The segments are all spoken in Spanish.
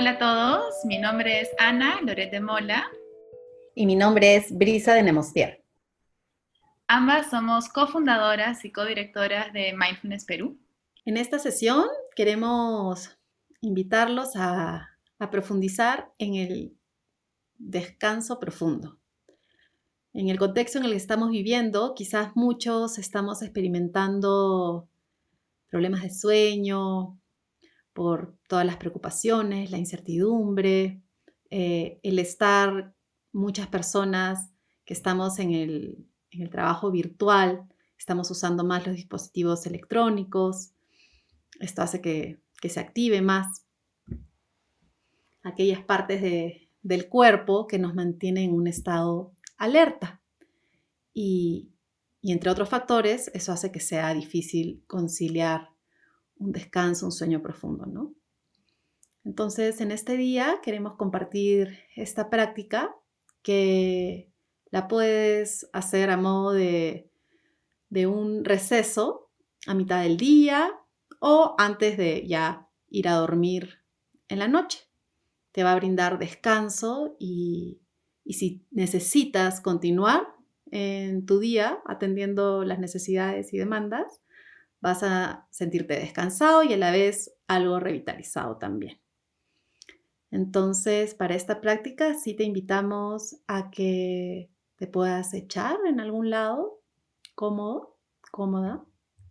Hola a todos, mi nombre es Ana Loret de Mola. Y mi nombre es Brisa de Nemostier. Ambas somos cofundadoras y codirectoras de Mindfulness Perú. En esta sesión queremos invitarlos a profundizar en el descanso profundo. En el contexto en el que estamos viviendo, quizás muchos estamos experimentando problemas de sueño por todas las preocupaciones, la incertidumbre, el estar muchas personas que estamos en el trabajo virtual, estamos usando más los dispositivos electrónicos. Esto hace que se active más aquellas partes del cuerpo que nos mantienen en un estado alerta. Y entre otros factores, eso hace que sea difícil conciliar un descanso, un sueño profundo, ¿no? Entonces, en este día queremos compartir esta práctica que la puedes hacer a modo de un receso a mitad del día o antes de ya ir a dormir en la noche. Te va a brindar descanso y si necesitas continuar en tu día atendiendo las necesidades y demandas, vas a sentirte descansado y a la vez algo revitalizado también. Entonces, para esta práctica sí te invitamos a que te puedas echar en algún lado, cómodo, cómoda.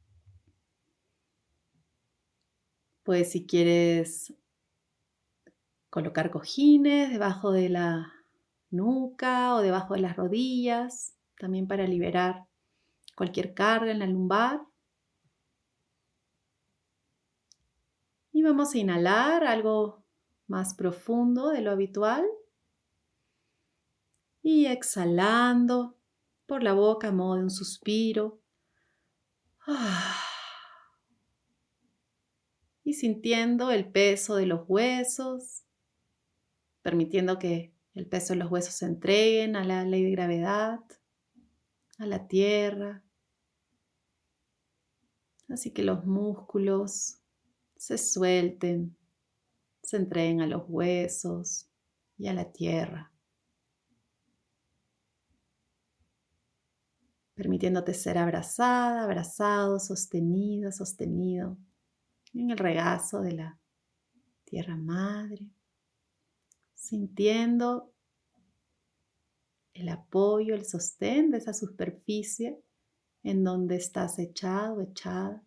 Pues si quieres colocar cojines debajo de la nuca o debajo de las rodillas, también para liberar cualquier carga en la lumbar. Y vamos a inhalar algo más profundo de lo habitual y exhalando por la boca a modo de un suspiro. Y sintiendo el peso de los huesos, permitiendo que el peso de los huesos se entreguen a la ley de gravedad, a la tierra. Así que los músculos se suelten, se entreguen a los huesos y a la tierra, permitiéndote ser abrazada, abrazado, sostenida, sostenido en el regazo de la tierra madre, sintiendo el apoyo, el sostén de esa superficie en donde estás echado, echada.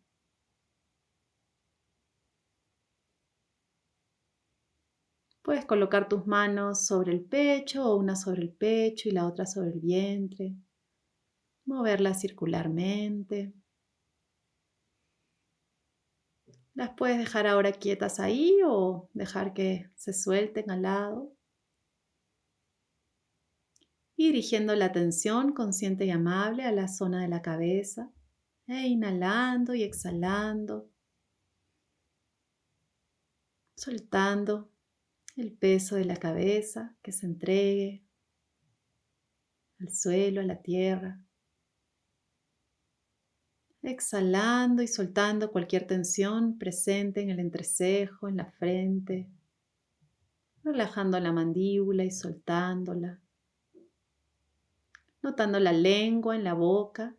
Puedes colocar tus manos sobre el pecho o una sobre el pecho y la otra sobre el vientre. Moverlas circularmente. Las puedes dejar ahora quietas ahí o dejar que se suelten al lado. Y dirigiendo la atención consciente y amable a la zona de la cabeza. Inhalando y exhalando. Soltando el peso de la cabeza que se entregue al suelo, a la tierra. Exhalando y soltando cualquier tensión presente en el entrecejo, en la frente. Relajando la mandíbula y soltándola. Notando la lengua en la boca.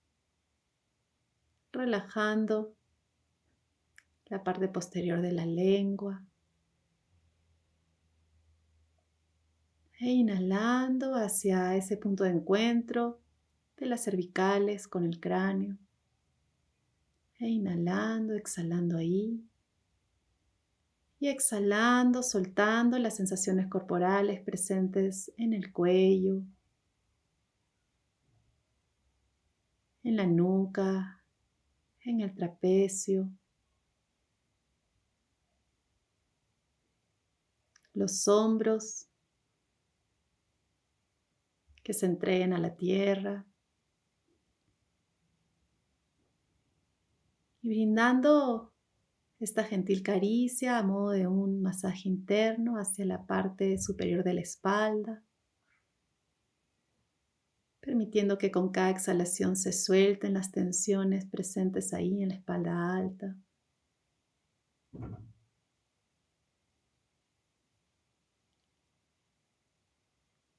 Relajando la parte posterior de la lengua. Inhalando hacia ese punto de encuentro de las cervicales con el cráneo. Inhalando, exhalando ahí. Y exhalando, soltando las sensaciones corporales presentes en el cuello, en la nuca, en el trapecio, los hombros que se entreguen a la tierra y brindando esta gentil caricia a modo de un masaje interno hacia la parte superior de la espalda, permitiendo que con cada exhalación se suelten las tensiones presentes ahí en la espalda alta.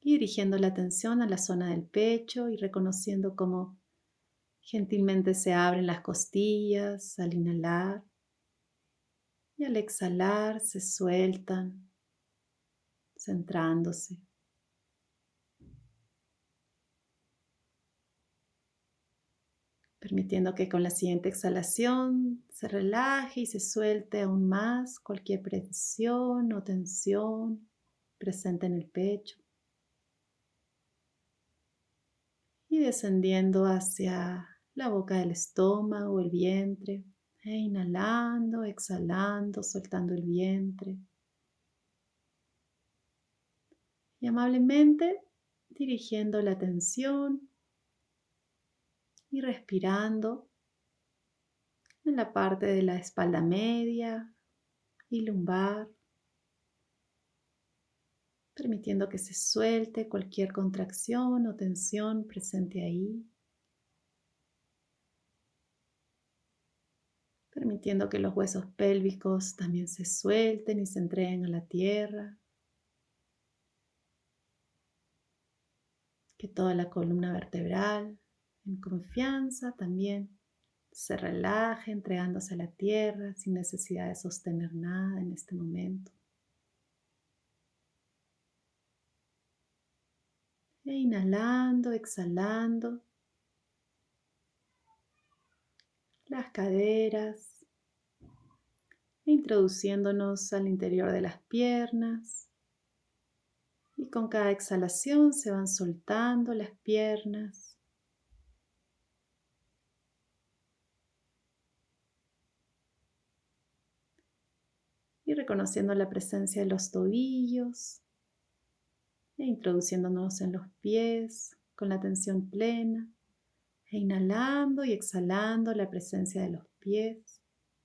y dirigiendo la atención a la zona del pecho y reconociendo cómo gentilmente se abren las costillas al inhalar y al exhalar se sueltan, centrándose. Permitiendo que con la siguiente exhalación se relaje y se suelte aún más cualquier presión o tensión presente en el pecho. Y descendiendo hacia la boca del estómago, el vientre, e inhalando, exhalando, soltando el vientre. Y amablemente dirigiendo la atención y respirando en la parte de la espalda media y lumbar, permitiendo que se suelte cualquier contracción o tensión presente ahí, permitiendo que los huesos pélvicos también se suelten y se entreguen a la tierra, que toda la columna vertebral en confianza también se relaje, entregándose a la tierra sin necesidad de sostener nada en este momento. E inhalando, exhalando, las caderas, e introduciéndonos al interior de las piernas. Y con cada exhalación se van soltando las piernas. Y reconociendo la presencia de los tobillos. E introduciéndonos en los pies con la atención plena. E inhalando y exhalando la presencia de los pies.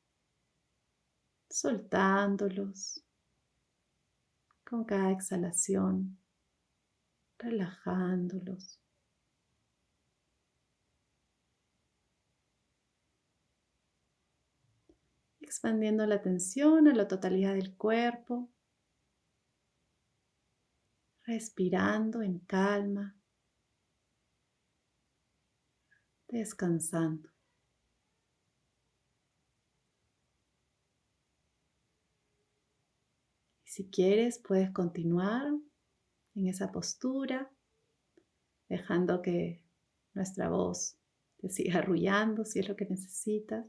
Soltándolos con cada exhalación. Relajándolos. Expandiendo la atención a la totalidad del cuerpo. Respirando en calma. Descansando. Y si quieres, puedes continuar en esa postura, dejando que nuestra voz te siga arrullando si es lo que necesitas,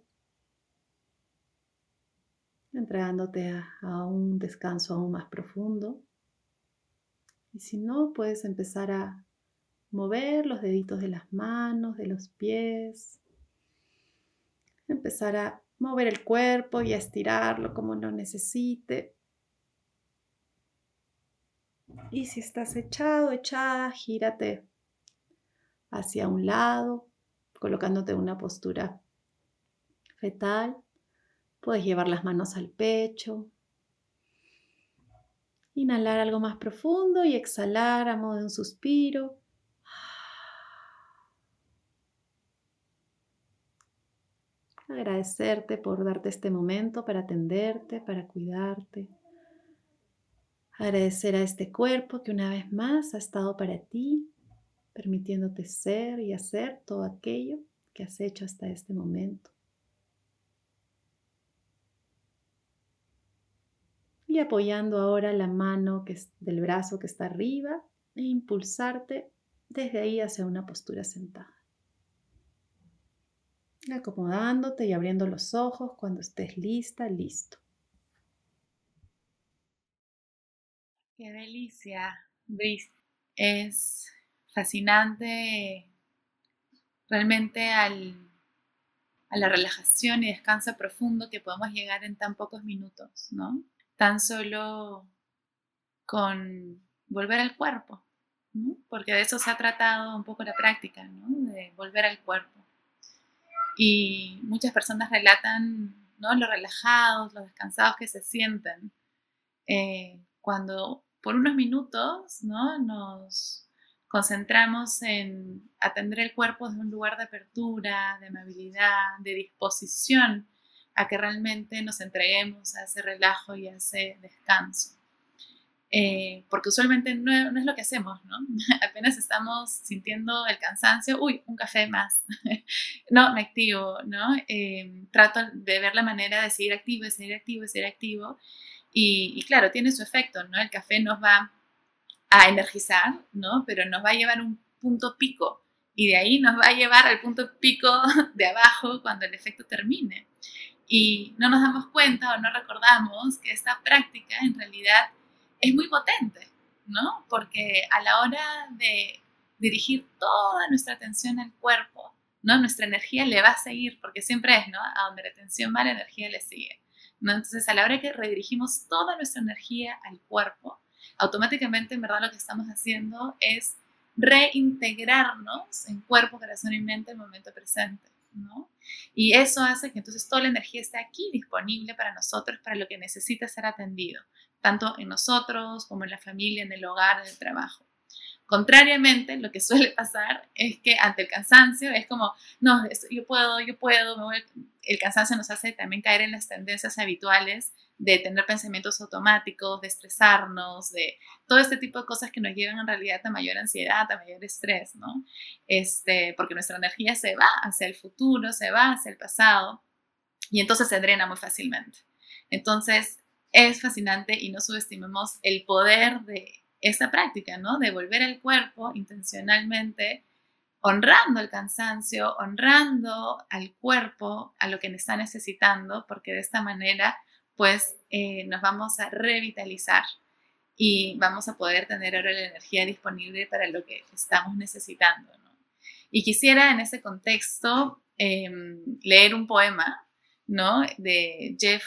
entregándote a un descanso aún más profundo. Y si no, puedes empezar a mover los deditos de las manos, de los pies, empezar a mover el cuerpo y a estirarlo como lo necesite. Y si estás echado, echada, gírate hacia un lado, colocándote en una postura fetal. Puedes llevar las manos al pecho. Inhalar algo más profundo y exhalar a modo de un suspiro. Agradecerte por darte este momento para atenderte, para cuidarte. Agradecer a este cuerpo que una vez más ha estado para ti, permitiéndote ser y hacer todo aquello que has hecho hasta este momento. Y apoyando ahora la mano del brazo que está arriba e impulsarte desde ahí hacia una postura sentada. Acomodándote y abriendo los ojos cuando estés lista, listo. Qué delicia, Brice. Es fascinante realmente a la relajación y descanso profundo que podemos llegar en tan pocos minutos, ¿no? Tan solo con volver al cuerpo, ¿no? Porque de eso se ha tratado un poco la práctica, ¿no? De volver al cuerpo. Y muchas personas relatan, ¿no?, lo relajados, los descansados que se sienten cuando por unos minutos, ¿no?, nos concentramos en atender el cuerpo desde un lugar de apertura, de amabilidad, de disposición a que realmente nos entreguemos a ese relajo y a ese descanso. porque usualmente no es lo que hacemos, ¿no? Apenas estamos sintiendo el cansancio, uy, un café más, no, me activo, ¿no? Trato de ver la manera de seguir activo, seguir activo, y claro, tiene su efecto, ¿no? El café nos va a energizar, ¿no? Pero nos va a llevar a un punto pico, y de ahí nos va a llevar al punto pico de abajo cuando el efecto termine. Y no nos damos cuenta o no recordamos que esta práctica en realidad es muy potente, ¿no? Porque a la hora de dirigir toda nuestra atención al cuerpo, ¿no? Nuestra energía le va a seguir, porque siempre es, ¿no? A donde la atención va, la energía le sigue, ¿no? Entonces, a la hora que redirigimos toda nuestra energía al cuerpo, automáticamente, en verdad, lo que estamos haciendo es reintegrarnos en cuerpo, corazón y mente en el momento presente, ¿no? Y eso hace que entonces toda la energía esté aquí disponible para nosotros, para lo que necesita ser atendido, tanto en nosotros como en la familia, en el hogar, en el trabajo. Contrariamente, lo que suele pasar es que ante el cansancio es como, no, yo puedo, el cansancio nos hace también caer en las tendencias habituales de tener pensamientos automáticos, de estresarnos, de todo este tipo de cosas que nos llevan en realidad a mayor ansiedad, a mayor estrés, ¿no? Porque nuestra energía se va hacia el futuro, se va hacia el pasado y entonces se drena muy fácilmente. Entonces, es fascinante y no subestimemos el poder de esta práctica, ¿no? De volver al cuerpo intencionalmente, honrando el cansancio, honrando al cuerpo, a lo que está necesitando, porque de esta manera, pues, nos vamos a revitalizar y vamos a poder tener ahora la energía disponible para lo que estamos necesitando, ¿no? Y quisiera en ese contexto leer un poema, ¿no? De Jeff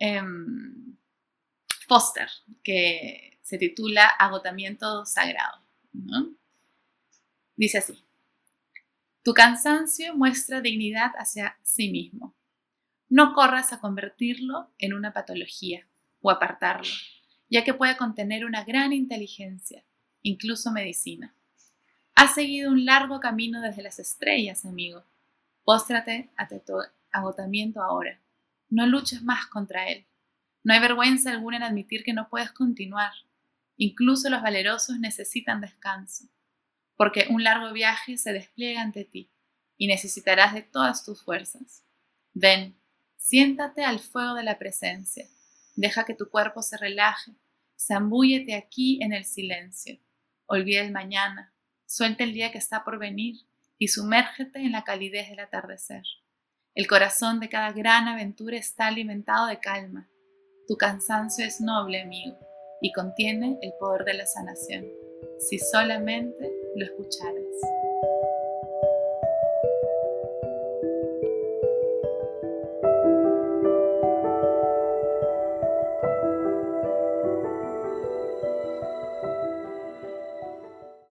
Foster, que se titula Agotamiento Sagrado, ¿no? Dice así: tu cansancio muestra dignidad hacia sí mismo. No corras a convertirlo en una patología o apartarlo, ya que puede contener una gran inteligencia, incluso medicina. Has seguido un largo camino desde las estrellas, amigo. Póstrate ante tu agotamiento ahora. No luches más contra él. No hay vergüenza alguna en admitir que no puedes continuar. Incluso los valerosos necesitan descanso, porque un largo viaje se despliega ante ti y necesitarás de todas tus fuerzas. Ven, siéntate al fuego de la presencia. Deja que tu cuerpo se relaje. Zambúllete aquí en el silencio. Olvida el mañana. Suelta el día que está por venir y sumérgete en la calidez del atardecer. El corazón de cada gran aventura está alimentado de calma. Tu cansancio es noble, amigo, y contiene el poder de la sanación, si solamente lo escucharas.